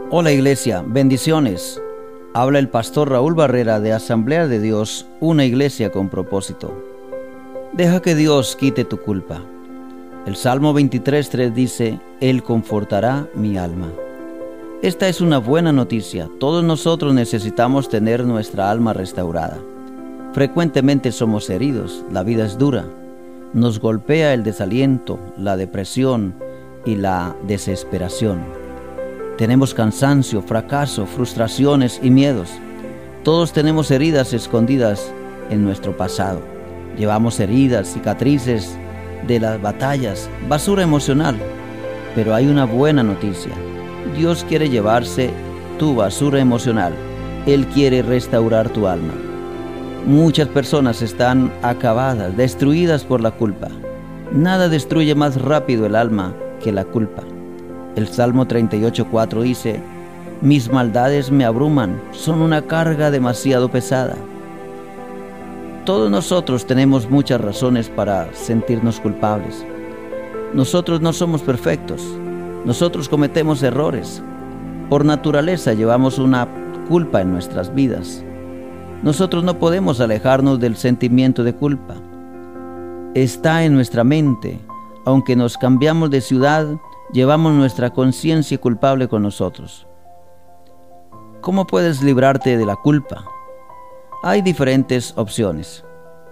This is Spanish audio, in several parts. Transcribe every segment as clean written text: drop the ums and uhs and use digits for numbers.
Hola iglesia, bendiciones. Habla el pastor Raúl Barrera de Asamblea de Dios, una iglesia con propósito. Deja que Dios quite tu culpa. El Salmo 23:3 dice: Él confortará mi alma. Esta es una buena noticia. Todos nosotros necesitamos tener nuestra alma restaurada. Frecuentemente somos heridos, la vida es dura. Nos golpea el desaliento, la depresión y la desesperación. Tenemos cansancio, fracaso, frustraciones y miedos. Todos tenemos heridas escondidas en nuestro pasado. Llevamos heridas, cicatrices de las batallas, basura emocional. Pero hay una buena noticia. Dios quiere llevarse tu basura emocional. Él quiere restaurar tu alma. Muchas personas están acabadas, destruidas por la culpa. Nada destruye más rápido el alma que la culpa. El Salmo 38:4 dice: Mis maldades me abruman, son una carga demasiado pesada. Todos nosotros tenemos muchas razones para sentirnos culpables. Nosotros no somos perfectos. Nosotros cometemos errores. Por naturaleza llevamos una culpa en nuestras vidas. Nosotros no podemos alejarnos del sentimiento de culpa. Está en nuestra mente. Aunque nos cambiamos de ciudad, llevamos nuestra conciencia culpable con nosotros. ¿Cómo puedes librarte de la culpa? Hay diferentes opciones.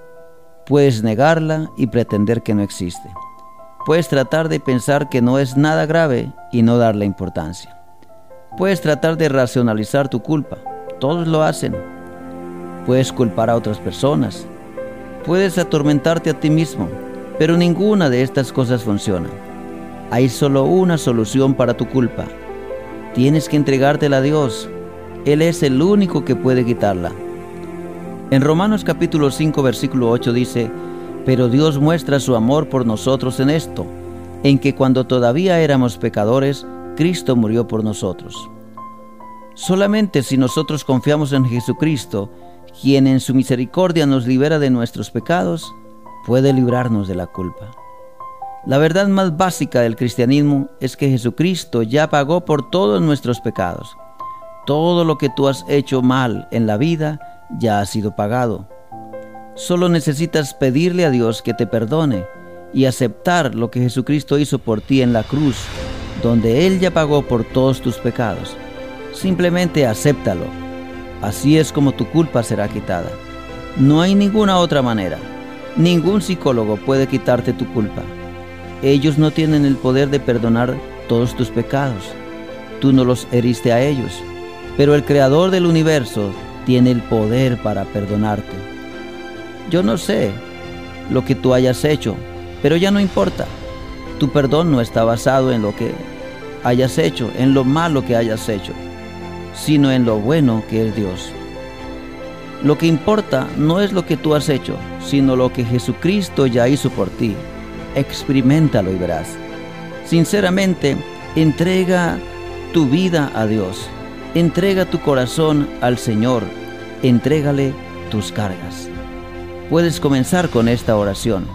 Puedes negarla y pretender que no existe. Puedes tratar de pensar que no es nada grave y no darle importancia. Puedes tratar de racionalizar tu culpa. Todos lo hacen. Puedes culpar a otras personas. Puedes atormentarte a ti mismo, pero ninguna de estas cosas funciona. Hay solo una solución para tu culpa. Tienes que entregártela a Dios. Él es el único que puede quitarla. En Romanos capítulo 5 versículo 8 dice: Pero Dios muestra su amor por nosotros en esto, en que cuando todavía éramos pecadores, Cristo murió por nosotros. Solamente si nosotros confiamos en Jesucristo, quien en su misericordia nos libera de nuestros pecados, puede librarnos de la culpa. La verdad más básica del cristianismo es que Jesucristo ya pagó por todos nuestros pecados. Todo lo que tú has hecho mal en la vida ya ha sido pagado. Solo necesitas pedirle a Dios que te perdone y aceptar lo que Jesucristo hizo por ti en la cruz, donde Él ya pagó por todos tus pecados. Simplemente acéptalo. Así es como tu culpa será quitada. No hay ninguna otra manera. Ningún psicólogo puede quitarte tu culpa. Ellos no tienen el poder de perdonar todos tus pecados. Tú no los heriste a ellos. Pero el Creador del universo tiene el poder para perdonarte. Yo no sé lo que tú hayas hecho, pero ya no importa. Tu perdón no está basado en lo que hayas hecho, en lo malo que hayas hecho, sino en lo bueno que es Dios. Lo que importa no es lo que tú has hecho, sino lo que Jesucristo ya hizo por ti. Experiméntalo y verás. Sinceramente, entrega tu vida a Dios. Entrega tu corazón al Señor. Entrégale tus cargas. Puedes comenzar con esta oración.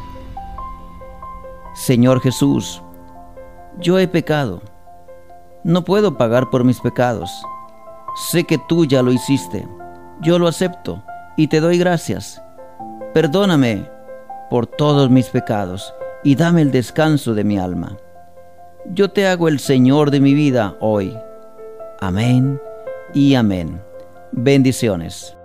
Señor Jesús, yo he pecado. No puedo pagar por mis pecados. Sé que tú ya lo hiciste. Yo lo acepto y te doy gracias. Perdóname por todos mis pecados y dame el descanso de mi alma. Yo te hago el Señor de mi vida hoy. Amén y amén. Bendiciones.